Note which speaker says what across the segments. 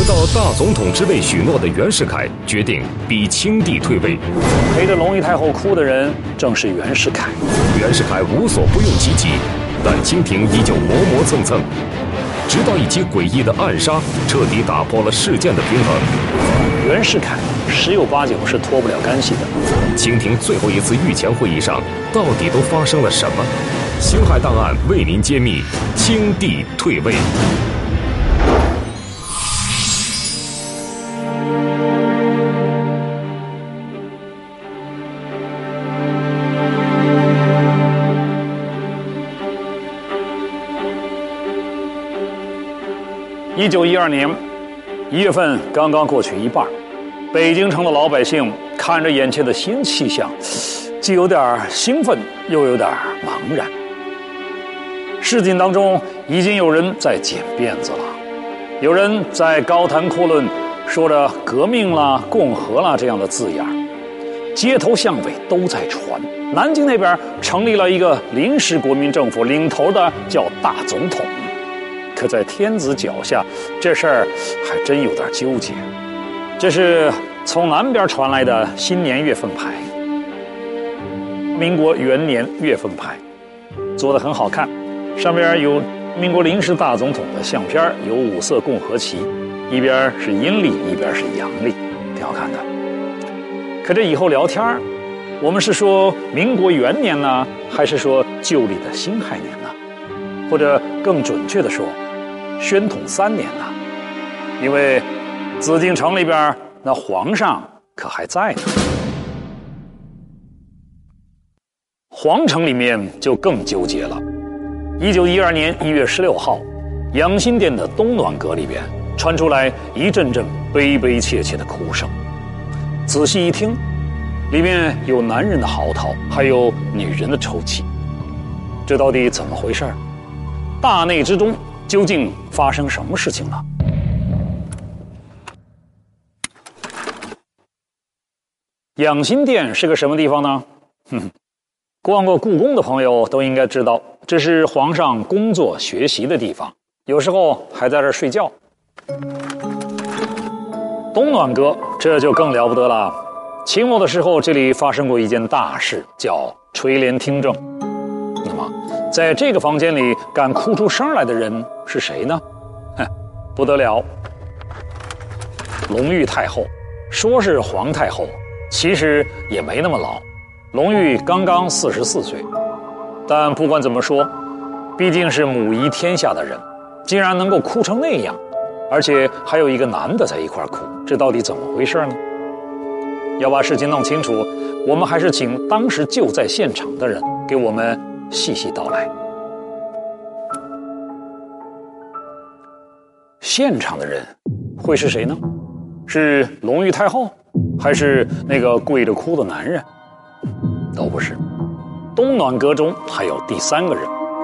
Speaker 1: 到大总统之位许诺的袁世凯决定逼清帝退位。
Speaker 2: 陪着隆裕太后哭的人正是袁世凯。
Speaker 1: 袁世凯无所不用其极，但清廷依旧磨磨蹭蹭，直到一起诡异的暗杀彻底打破了事件的平衡。
Speaker 2: 袁世凯十有八九是脱不了干系的。
Speaker 1: 清廷最后一次御前会议上到底都发生了什么？辛亥档案为您揭秘清帝退位。
Speaker 2: 1912年1月份刚刚过去一半，北京城的老百姓看着眼前的新气象，既有点兴奋，又有点茫然。市井当中已经有人在剪辫子了，有人在高谈阔论，说着革命啦、共和啦这样的字眼。街头巷尾都在传，南京那边成立了一个临时国民政府，领头的叫大总统。可在天子脚下，这事儿还真有点纠结。这是从南边传来的新年月份牌，民国元年月份牌，做得很好看，上边有民国临时大总统的相片，有5色共和旗，一边是阴历，一边是阳历，挺好看的。可这以后聊天，我们是说民国元年呢，还是说旧历的辛亥年呢？或者更准确的说，宣统3年呢？因为紫禁城里边那皇上可还在呢。皇城里面就更纠结了。1912年1月16号，养心殿的东暖阁里边传出来一阵阵悲悲切切的哭声。仔细一听，里面有男人的嚎啕，还有女人的抽泣。这到底怎么回事？大内之中究竟发生什么事情了？养心殿是个什么地方呢？逛过故宫的朋友都应该知道，这是皇上工作学习的地方，有时候还在这儿睡觉。东暖阁这就更了不得了。清末的时候，这里发生过一件大事，叫垂帘听政。那么在这个房间里敢哭出声来的人是谁呢？不得了，隆裕太后。说是皇太后，其实也没那么老，隆裕刚刚44岁。但不管怎么说，毕竟是母仪天下的人，竟然能够哭成那样，而且还有一个男的在一块哭，这到底怎么回事呢？要把事情弄清楚，我们还是请当时就在现场的人给我们细细道来。现场的人会是谁呢？是隆裕太后，还是那个跪着哭的男人？都不是。东暖阁中还有第3个人。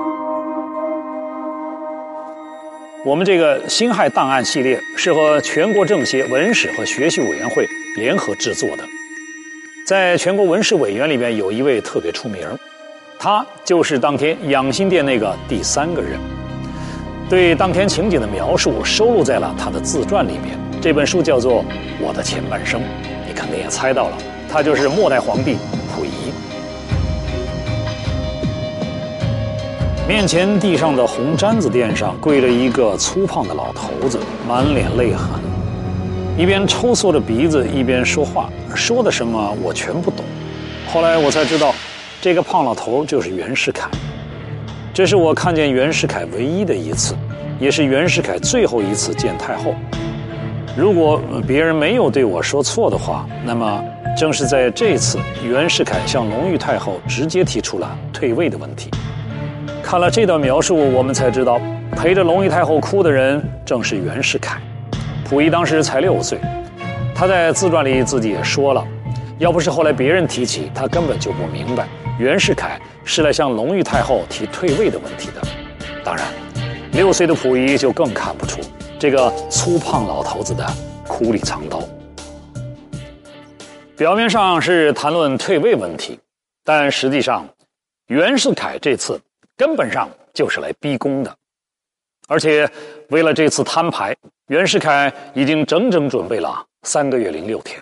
Speaker 2: 我们这个辛亥档案系列是和全国政协文史和学习委员会联合制作的。在全国文史委员里面有一位特别出名，他就是当天养心殿那个第3个人。对当天情景的描述收录在了他的自传里面，这本书叫做《我的前半生》。你肯定也猜到了，他就是末代皇帝溥仪。面前地上的红毡子垫上跪着一个粗胖的老头子，满脸泪痕，一边抽缩着鼻子一边说话，说的什么我全不懂。后来我才知道，这个胖老头就是袁世凯。这是我看见袁世凯唯一的一次，也是袁世凯最后一次见太后。如果别人没有对我说错的话，那么正是在这次，袁世凯向隆裕太后直接提出了退位的问题。看了这段描述，我们才知道陪着隆裕太后哭的人正是袁世凯。溥仪当时才6岁，他在自传里自己也说了，要不是后来别人提起，他根本就不明白袁世凯是来向隆裕太后提退位的问题的。当然，6岁的溥仪就更看不出这个粗胖老头子的苦里藏刀。表面上是谈论退位问题，但实际上袁世凯这次根本上就是来逼宫的。 而且为了这次摊牌，袁世凯已经整整准备了3个月0.6天。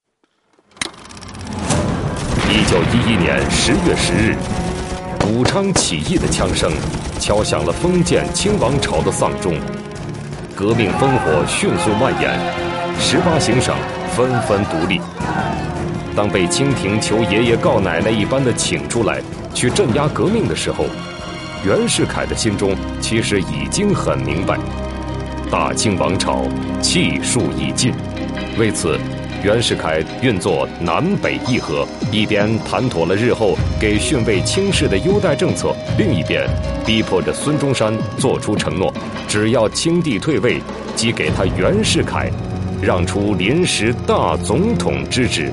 Speaker 1: 1911年10月10日，武昌起义的枪声敲响了封建清王朝的丧钟，革命烽火迅速蔓延，18行省纷纷独立。当被清廷求爷爷告奶奶一般的请出来去镇压革命的时候，袁世凯的心中其实已经很明白，大清王朝气数已尽。为此，袁世凯运作南北议和，一边谈妥了日后给逊位轻视的优待政策，另一边逼迫着孙中山做出承诺，只要清帝退位，即给他袁世凯让出临时大总统之职。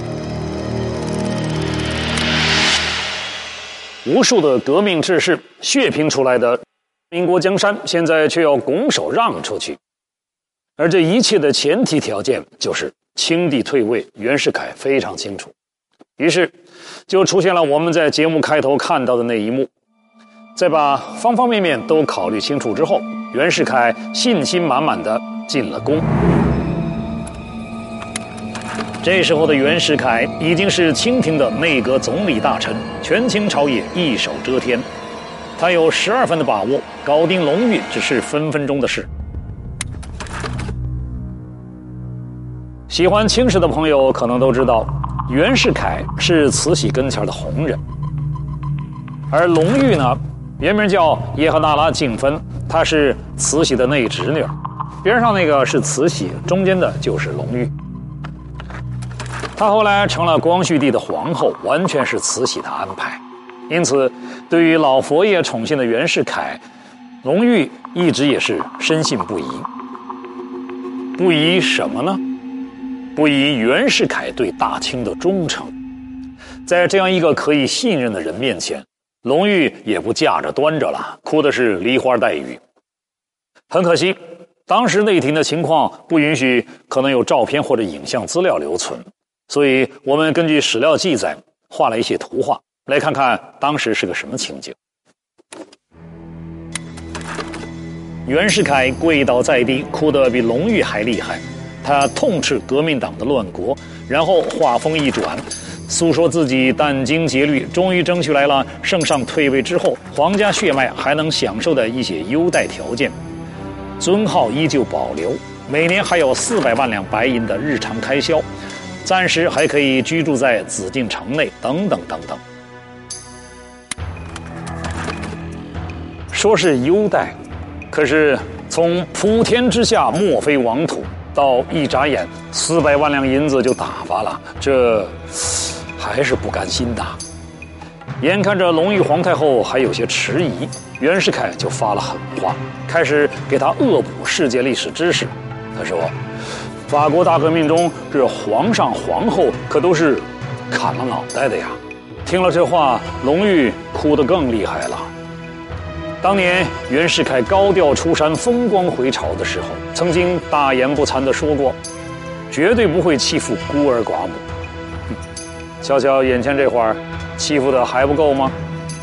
Speaker 2: 无数的革命志士血拼出来的民国江山，现在却要拱手让出去，而这一切的前提条件就是清帝退位，袁世凯非常清楚。于是就出现了我们在节目开头看到的那一幕。在把方方面面都考虑清楚之后，袁世凯信心满满的进了宫。这时候的袁世凯已经是清廷的内阁总理大臣，权倾朝野，一手遮天。他有12分的把握，搞定隆裕只是分分钟的事。喜欢清史的朋友可能都知道，袁世凯是慈禧跟前的红人，而隆裕呢，原名叫叶赫那拉敬芬，她是慈禧的内侄女，边上那个是慈禧，中间的就是隆裕。她后来成了光绪帝的皇后，完全是慈禧的安排。因此，对于老佛爷宠信的袁世凯，隆裕一直也是深信不疑。不疑什么呢？不疑袁世凯对大清的忠诚。在这样一个可以信任的人面前，隆裕也不架着端着了，哭的是梨花带雨。很可惜，当时内廷的情况不允许可能有照片或者影像资料留存，所以我们根据史料记载画了一些图画，来看看当时是个什么情景。袁世凯跪倒在地，哭得比隆裕还厉害。他痛斥革命党的乱国，然后话锋一转，诉说自己殚精竭虑，终于争取来了圣上退位之后皇家血脉还能享受的一些优待条件，尊号依旧保留，每年还有400万两白银的日常开销，暂时还可以居住在紫禁城内，等等等等。说是优待，可是从普天之下莫非王土到一眨眼400万两银子就打发了，这还是不甘心的。眼看着隆裕皇太后还有些迟疑，袁世凯就发了狠话，开始给他恶补世界历史知识。他说，法国大革命中这皇上皇后可都是砍了脑袋的呀。听了这话，隆裕哭得更厉害了。当年袁世凯高调出山风光回朝的时候，曾经大言不惭地说过，绝对不会欺负孤儿寡母。瞧瞧眼前这会儿，欺负的还不够吗？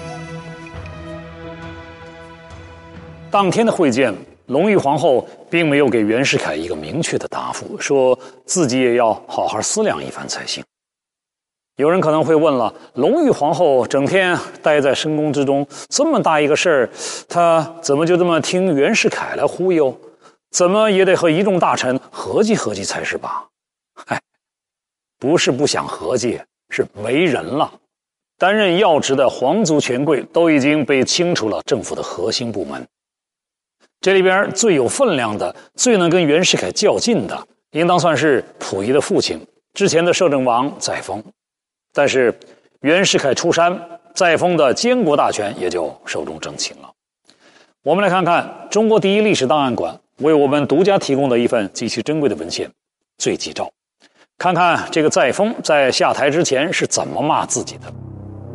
Speaker 2: 当天的会见，隆裕皇后并没有给袁世凯一个明确的答复，说自己也要好好思量一番才行。有人可能会问了，隆裕皇后整天待在深宫之中，这么大一个事儿，她怎么就这么听袁世凯来忽悠？怎么也得和一众大臣合计合计才是吧？嗨，不是不想合计，是没人了。担任要职的皇族权贵都已经被清除了政府的核心部门。这里边最有分量的、最能跟袁世凯较劲的，应当算是溥仪的父亲，之前的摄政王载沣。但是袁世凯出山，载沣的监国大权也就寿终正寝了。我们来看看中国第一历史档案馆为我们独家提供的一份极其珍贵的文献《罪己诏》，看看这个载沣在下台之前是怎么骂自己的。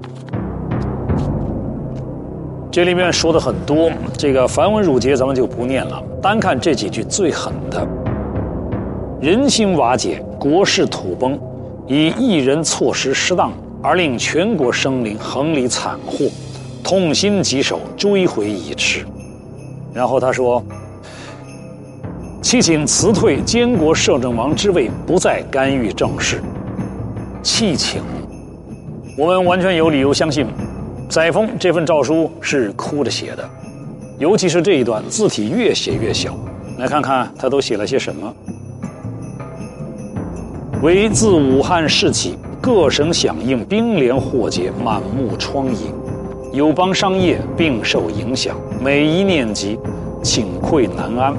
Speaker 2: 这里面说的很多，这个繁文缛节咱们就不念了，单看这几句最狠的：人心瓦解，国势土崩，以一人措施失当，而令全国生灵横离惨祸，痛心疾首，追悔已迟。 然后他说：“弃请辞退监国摄政王之位，不再干预政事。”弃请，我们完全有理由相信，载沣这份诏书是哭着写的，尤其是这一段字体越写越小。来看看他都写了些什么。唯自武汉事起，各省响应，兵连祸结，满目疮痍，友邦商业并受影响，每一念及，请愧难安。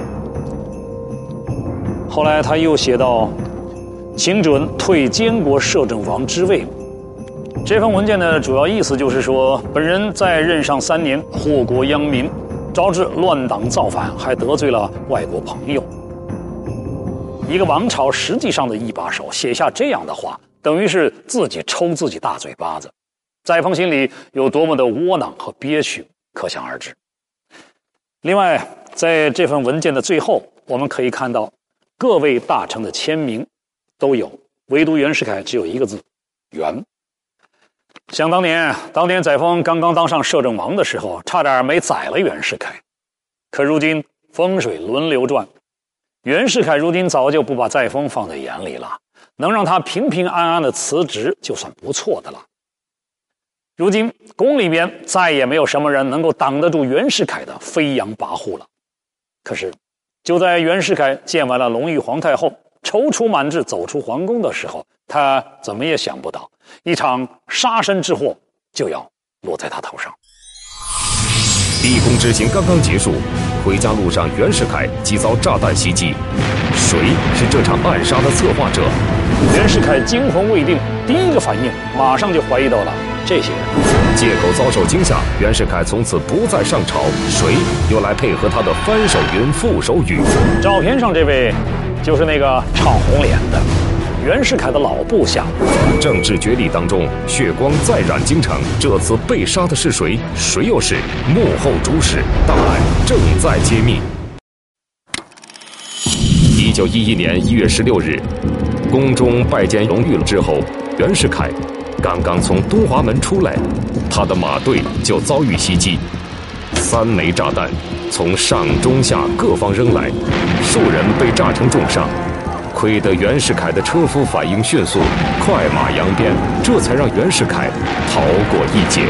Speaker 2: 后来他又写到：“请准退监国摄政王之位。”这份文件的主要意思就是说，本人在任上3年，祸国殃民，招致乱党造反，还得罪了外国朋友。一个王朝实际上的一把手写下这样的话，等于是自己抽自己大嘴巴子。载沣心里有多么的窝囊和憋屈，可想而知。另外，在这份文件的最后，我们可以看到各位大臣的签名都有，唯独袁世凯只有一个字：袁。想当年载沣刚刚当上摄政王的时候，差点没宰了袁世凯。可如今风水轮流转，袁世凯如今早就不把载沣放在眼里了，能让他平平安安的辞职就算不错的了。如今宫里边再也没有什么人能够挡得住袁世凯的飞扬跋扈了。可是就在袁世凯见完了隆裕皇太后，踌躇满志走出皇宫的时候，他怎么也想不到，一场杀身之祸就要落在他头上。
Speaker 1: 立功之行刚刚结束，回家路上袁世凯即遭炸弹袭击，谁是这场暗杀的策划者？
Speaker 2: 袁世凯惊魂未定，第一个反应马上就怀疑到了这些人。
Speaker 1: 借口遭受惊吓，袁世凯从此不再上朝，谁又来配合他的翻手云覆手雨？
Speaker 2: 照片上这位就是那个唱红脸的袁世凯的老部下。
Speaker 1: 政治角力当中，血光再染京城，这次被杀的是谁？谁又是幕后主使？大案正在揭秘。1911年1月16日，宫中拜见隆裕之后，袁世凯刚刚从东华门出来，他的马队就遭遇袭击，3枚炸弹从上中下各方扔来，数人被炸成重伤。亏得袁世凯的车夫反应迅速，快马扬鞭，这才让袁世凯逃过一劫。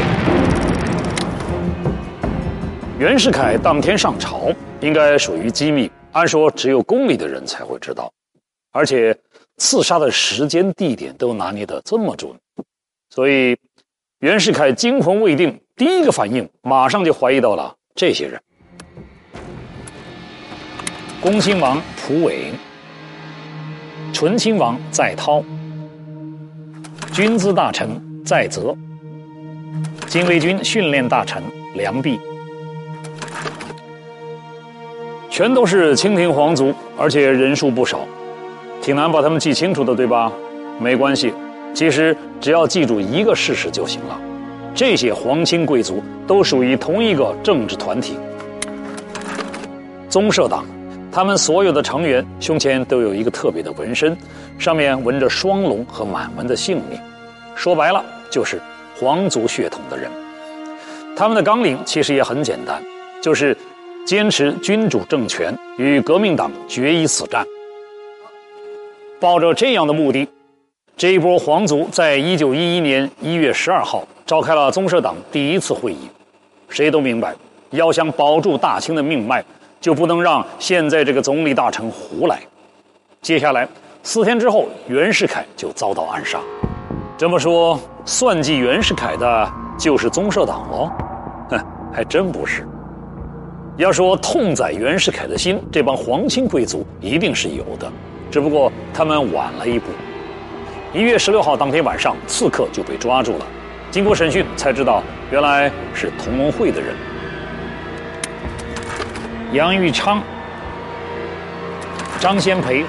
Speaker 2: 袁世凯当天上朝应该属于机密，按说只有宫里的人才会知道，而且刺杀的时间地点都拿捏得这么准，所以袁世凯惊魂未定，第一个反应马上就怀疑到了这些人：恭亲王溥伟、醇亲王载涛、军资大臣载泽、禁卫军训练大臣梁弼，全都是清廷皇族，而且人数不少，挺难把他们记清楚的，对吧？没关系，其实只要记住一个事实就行了：这些皇亲贵族都属于同一个政治团体——宗社党。他们所有的成员胸前都有一个特别的纹身，上面纹着双龙和满文的姓名，说白了就是皇族血统的人。他们的纲领其实也很简单，就是坚持君主政权，与革命党决一死战。抱着这样的目的，这一波皇族在1911年1月12号召开了宗社党第一次会议。谁都明白，要想保住大清的命脉，就不能让现在这个总理大臣胡来。接下来4天之后，袁世凯就遭到暗杀。这么说，算计袁世凯的就是宗社党喽？还真不是。要说痛宰袁世凯的心，这帮皇亲贵族一定是有的，只不过他们晚了一步。1月16号当天晚上，刺客就被抓住了。经过审讯才知道，原来是同盟会的人。杨玉昌、张先培、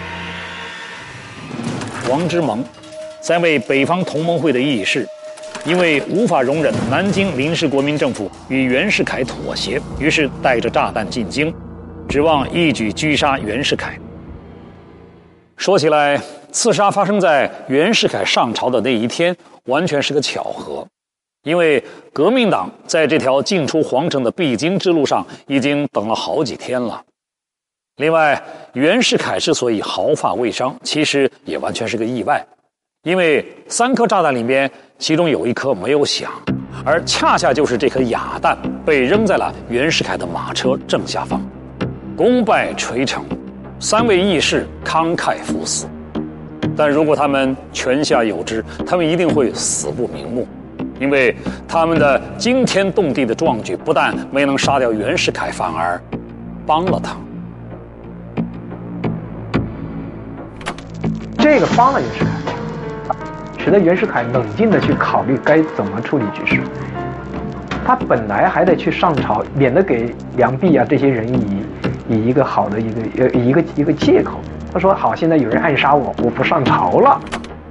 Speaker 2: 王之蒙3位北方同盟会的义士，因为无法容忍南京临时国民政府与袁世凯妥协，于是带着炸弹进京，指望一举狙杀袁世凯。说起来，刺杀发生在袁世凯上朝的那一天，完全是个巧合， 因为革命党在这条进出皇城的必经之路上已经等了好几天了。另外，袁世凯之所以毫发未伤，其实也完全是个意外，因为3颗炸弹里面，其中有1颗没有响，而恰恰就是这颗哑弹被扔在了袁世凯的马车正下方，功败垂成，3位义士慷慨赴死。但如果他们泉下有知，他们一定会死不瞑目，因为他们的惊天动地的壮举不但没能杀掉袁世凯，反而帮了他。
Speaker 3: 这个帮了袁世凯，使得袁世凯冷静地去考虑该怎么处理局势。他本来还得去上朝，免得给梁璧啊这些人以一个好的一个借口。他说好，现在有人暗杀我，我不上朝了。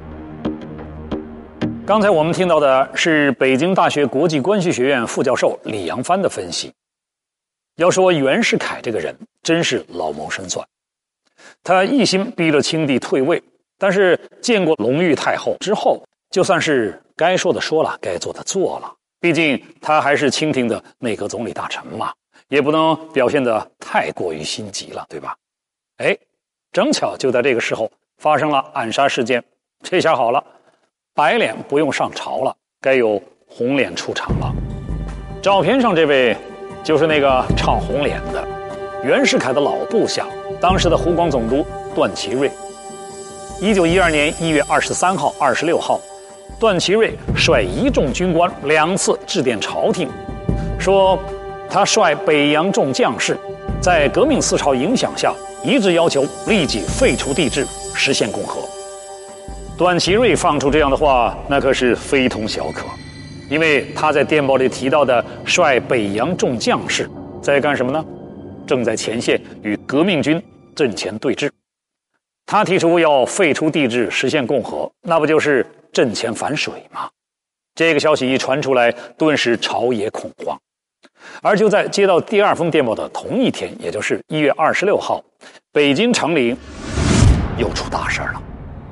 Speaker 2: 刚才我们听到的是北京大学国际关系学院副教授李扬帆的分析。要说袁世凯这个人真是老谋深算，他一心逼着清帝退位，但是见过隆裕太后之后，就算是该说的说了，该做的做了。毕竟他还是清廷的内阁总理大臣嘛，也不能表现得太过于心急了，对吧？正巧就在这个时候发生了暗杀事件，这下好了，白脸不用上朝了，该有红脸出场了。照片上这位就是那个唱红脸的袁世凯的老部下，当时的湖广总督段祺瑞。1912年1月23号、26号，段祺瑞率一众军官2次致电朝廷，说他率北洋众将士在革命思潮影响下，一致要求立即废除帝制，实现共和。段祺瑞放出这样的话，那可是非同小可，因为他在电报里提到的率北洋众将士在干什么呢？正在前线与革命军阵前对峙。他提出要废除帝制，实现共和，那不就是阵前反水吗？这个消息一传出来，顿时朝野恐慌。而就在接到第2封电报的同一天，也就是1月26号，北京城里又出大事了。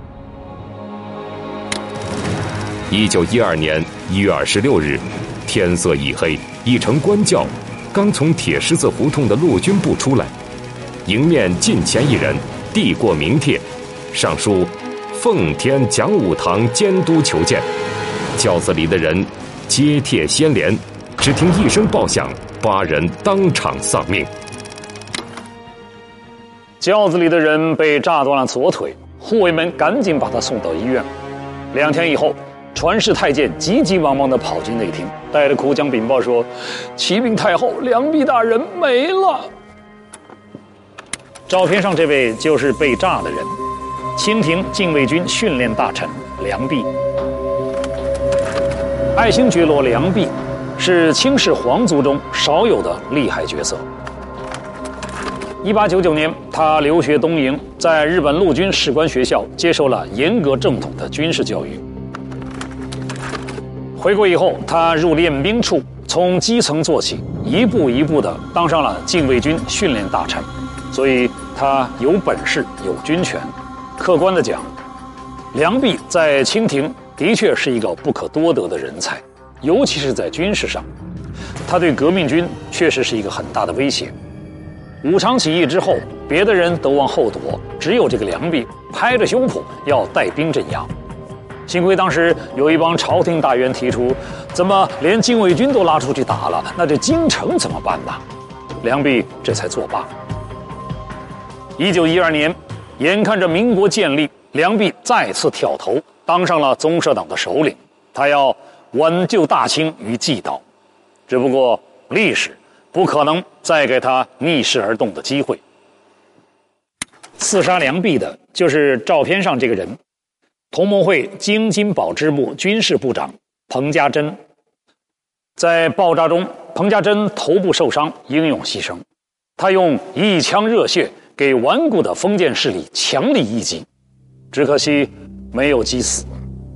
Speaker 1: 1912年1月26日，天色已黑，一乘官轿刚从铁十字胡同的陆军部出来，迎面近前一人递过名帖，上书奉天讲武堂监督求见。轿子里的人接帖先连，只听一声爆响，8人当场丧命。
Speaker 2: 轿子里的人被炸断了左腿，护卫们赶紧把他送到医院。2天以后，传世太监急急忙忙地跑进内厅，带着哭腔禀报说：“启禀太后，梁璧大人没了。”照片上这位就是被炸的人，清廷禁卫军训练大臣梁璧。爱新觉罗梁璧是清氏皇族中少有的厉害角色。1899年，他留学东瀛，在日本陆军士官学校接受了严格正统的军事教育。回国以后，他入练兵处，从基层做起，一步一步地当上了禁卫军训练大臣。所以他有本事，有军权。客观地讲，梁璧在清廷的确是一个不可多得的人才，尤其是在军事上，他对革命军确实是一个很大的威胁。武昌起义之后，别的人都往后躲，只有这个梁璧拍着胸脯要带兵镇压。幸亏当时有一帮朝廷大员提出，怎么连禁卫军都拉出去打了，那这京城怎么办呢？梁璧这才作罢。1912年，眼看着民国建立，梁璧再次挑头，当上了宗社党的首领。他要挽救大清于既倒，只不过历史不可能再给他逆势而动的机会。刺杀梁璧的就是照片上这个人，同盟会京津保支部军事部长彭家珍。在爆炸中，彭家珍头部受伤，英勇牺牲。他用一腔热血给顽固的封建势力强力一击，只可惜没有击死。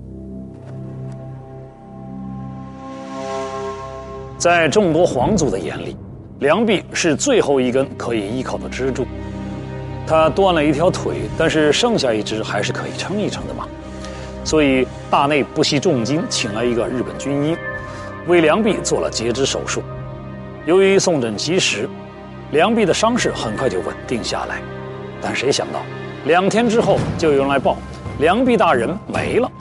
Speaker 2: 在众多皇族的眼里，梁璧是最后一根可以依靠的支柱。他断了一条腿，但是剩下一只还是可以撑一撑的嘛。所以大内不惜重金请来一个日本军医， 为梁壁做了截肢手术。由于送诊及时，梁壁的伤势很快就稳定下来。但谁想到2天之后就有人来报，梁壁大人没了。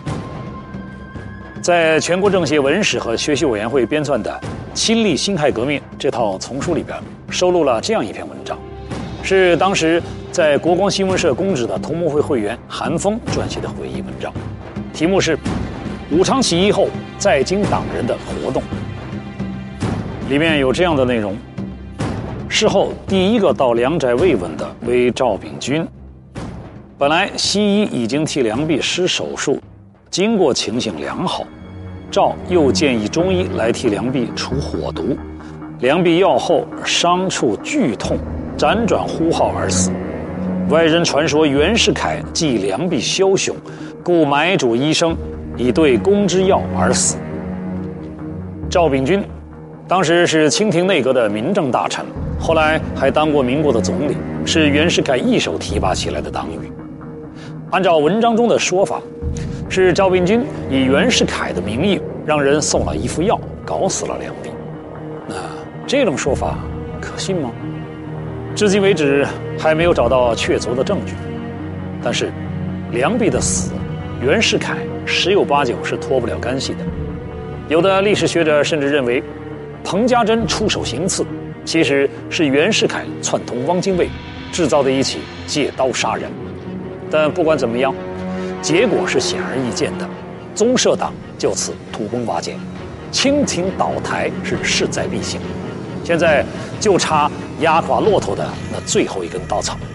Speaker 2: 在全国政协文史和学习委员会编撰的《亲历辛亥革命》这套丛书里边，收录了这样一篇文章，是当时在国光新闻社公职的同盟会会员韩风撰写的回忆文章，题目是《武昌起义后在京党人的活动》。里面有这样的内容：事后第一个到梁宅慰问的为赵秉钧。本来西医已经替梁壁施手术，经过情形良好，赵又建议中医来替梁壁除火毒。梁壁药后伤处剧痛，辗转呼号而死。外人传说袁世凯忌梁壁枭雄，故买主医生以对攻之药而死。赵秉钧当时是清廷内阁的民政大臣，后来还当过民国的总理，是袁世凯一手提拔起来的党羽。按照文章中的说法，是赵秉钧以袁世凯的名义让人送了一副药，搞死了梁壁。那这种说法可信吗？至今为止还没有找到确凿的证据。但是梁壁的死，袁世凯十有八九是脱不了干系的。有的历史学者甚至认为，彭家珍出手行刺，其实是袁世凯串通汪精卫制造的一起借刀杀人。但不管怎么样，结果是显而易见的，宗社党就此土崩瓦解，清廷倒台是势在必行。现在就差压垮骆驼的那最后一根稻草。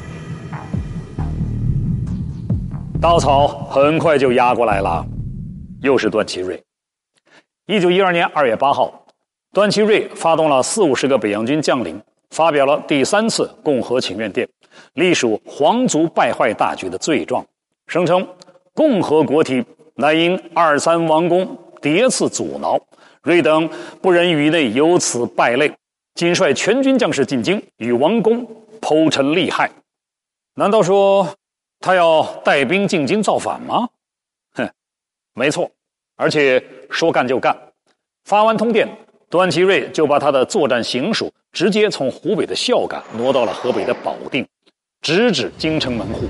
Speaker 2: 稻草很快就压过来了，又是段祺瑞。1912年2月8号，段祺瑞发动了40-50个北洋军将领，发表了第3次共和请愿电，隶属皇族败坏大局的罪状，声称共和国体乃因2、3王公迭次阻挠，瑞等不忍宇内由此败类，仅率全军将士进京，与王公剖陈利害。难道说他要带兵进京造反吗？没错，而且说干就干。发完通电，段祺瑞就把他的作战行署直接从湖北的孝感挪到了河北的保定，直指京城门户。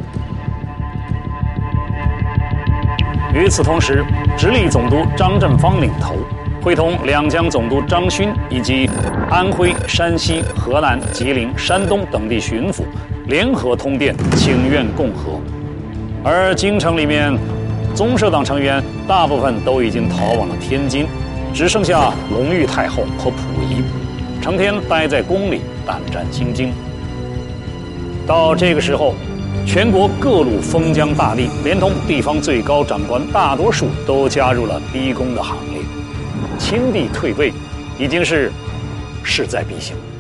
Speaker 2: 与此同时，直隶总督张振芳领头，会同两江总督张勋以及安徽、山西、河南、吉林、山东等地巡抚联合通电请愿共和。而京城里面，宗社党成员大部分都已经逃往了天津，只剩下隆裕太后和溥仪，成天待在宫里胆战心惊。到这个时候，全国各路封疆大吏，连同地方最高长官，大多数都加入了逼宫的行列。清帝退位已经是势在必行。